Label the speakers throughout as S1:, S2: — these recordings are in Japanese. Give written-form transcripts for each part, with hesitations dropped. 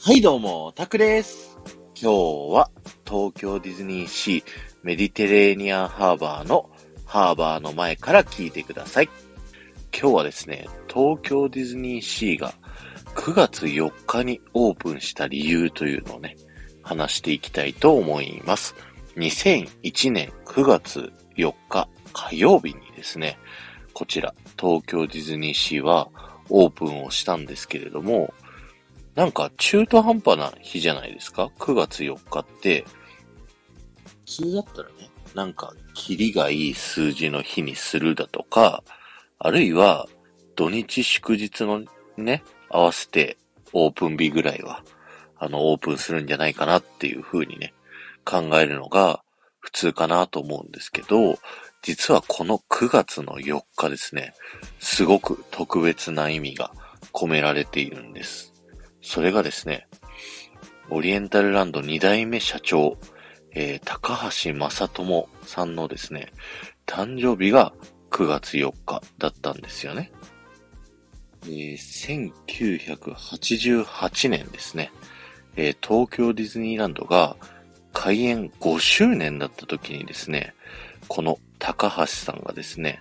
S1: はいどうも、タクです。今日は東京ディズニーシーメディテレーニアンハーバーのハーバーの前から聞いてください。今日はですね、東京ディズニーシーが9月4日にオープンした理由というのをね、話していきたいと思います。2001年9月4日火曜日にですね、こちら東京ディズニーシーはオープンをしたんですけれども、なんか中途半端な日じゃないですか ?9 月4日って、普通だったらね、なんか、キリがいい数字の日にするだとか、あるいは、土日祝日のね、合わせてオープン日ぐらいは、オープンするんじゃないかなっていう風にね、考えるのが普通かなと思うんですけど、実はこの9月の4日ですね、すごく特別な意味が込められているんです。それがですね、オリエンタルランド2代目社長、高橋正智さんのですね、誕生日が9月4日だったんですよね。1988年ですね、東京ディズニーランドが開園5周年だった時にですね、この高橋さんがですね、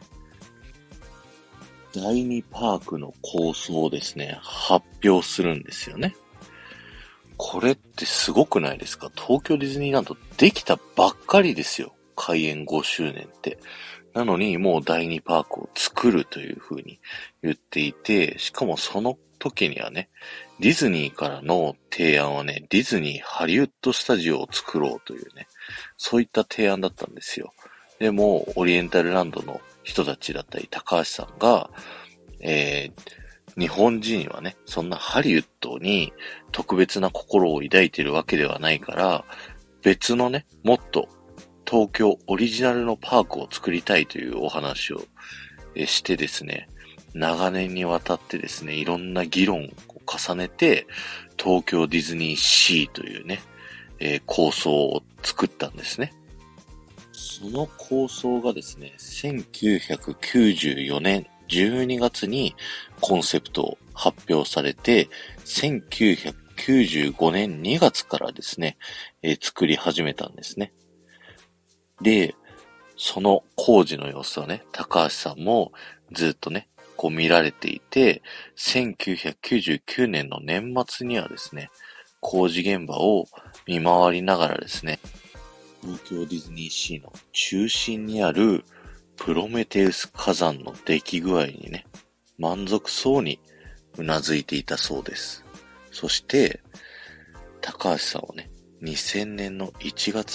S1: 第2パークの構想をですね、発表するんですよね。これってすごくないですか？東京ディズニーランドできたばっかりですよ。開園5周年って。なのにもう第2パークを作るという風に言っていて、しかもその時にはね、ディズニーからの提案はね、ディズニーハリウッドスタジオを作ろうというね、そういった提案だったんですよ。でも、オリエンタルランドの人たちだったり、高橋さんが、日本人はね、そんなハリウッドに特別な心を抱いているわけではないから、別のね、もっと東京オリジナルのパークを作りたいというお話をしてですね、長年にわたってですね、いろんな議論を重ねて、東京ディズニーシーというね、構想を作ったんですね。その構想がですね、1994年12月にコンセプトを発表されて、1995年2月からですね、作り始めたんですね。で、その工事の様子をね、高橋さんもずっとね、こう見られていて、1999年の年末にはですね、工事現場を見回りながらですね、東京ディズニーシーの中心にあるプロメテウス火山の出来具合にね、満足そうにうなずいていたそうです。そして、高橋さんはね、2000年の1月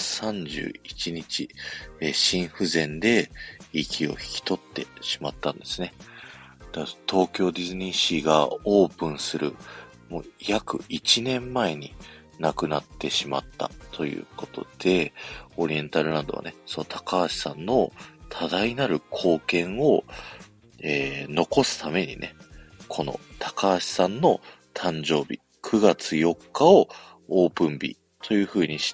S1: 31日、心不全で息を引き取ってしまったんですね。東京ディズニーシーがオープンするもう約1年前に亡くなってしまったということで、オリエンタルランドはね、その高橋さんの多大なる貢献を、残すためにね、この高橋さんの誕生日9月4日をオープン日という風にして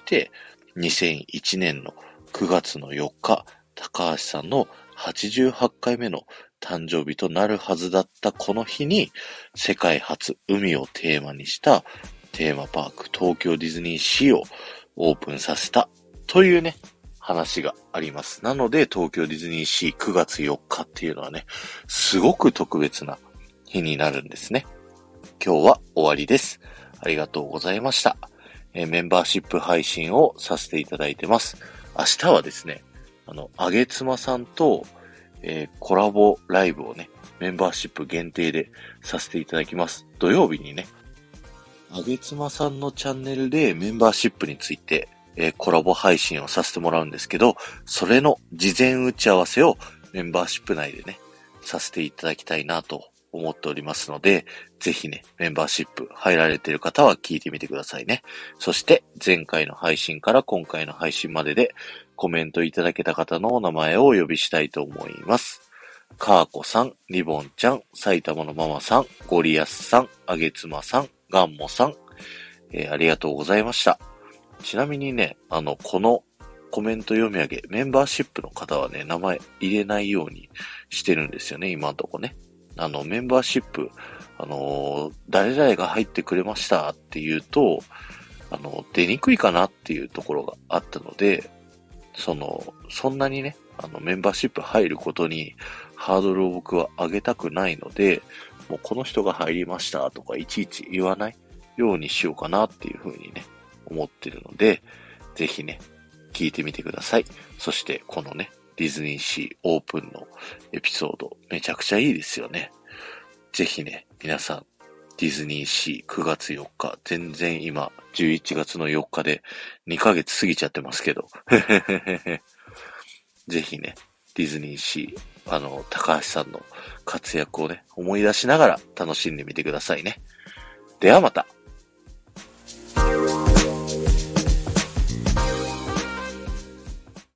S1: 、2001年の9月の4日、高橋さんの88回目の誕生日となるはずだったこの日に、世界初海をテーマにしたテーマパーク東京ディズニーシーをオープンさせたというね、話があります。なので東京ディズニーシー9月4日っていうのはね、すごく特別な日になるんですね。今日は終わりです。ありがとうございました。メンバーシップ配信をさせていただいてます。明日はですね、あげつまさんと、コラボライブをね、メンバーシップ限定でさせていただきます。土曜日にね、あげつまさんのチャンネルでメンバーシップについて、コラボ配信をさせてもらうんですけど、それの事前打ち合わせをメンバーシップ内でね、させていただきたいなと思っておりますので、ぜひね、メンバーシップ入られている方は聞いてみてくださいね。そして、前回の配信から今回の配信まででコメントいただけた方のお名前をお呼びしたいと思います。かーこさん、リボンちゃん、埼玉のママさん、ゴリアスさん、あげつまさん、ガンモさん、ありがとうございました。ちなみにね、このコメント読み上げ、メンバーシップの方はね、名前入れないようにしてるんですよね、今んとこね。 メンバーシップ、誰々が入ってくれましたっていうと、出にくいかなっていうところがあったので、そんなにね、メンバーシップ入ることにハードルを僕は上げたくないので、もうこの人が入りましたとかいちいち言わないようにしようかなっていうふうにね、思ってるので、ぜひね、聞いてみてください。そしてこのね、ディズニーシーオープンのエピソード、めちゃくちゃいいですよね。ぜひね、皆さん、ディズニーシー9月4日、全然今、11月の4日で2ヶ月過ぎちゃってますけど。ぜひね、ディズニーシー、高橋さんの活躍をね、思い出しながら楽しんでみてくださいね。ではまた。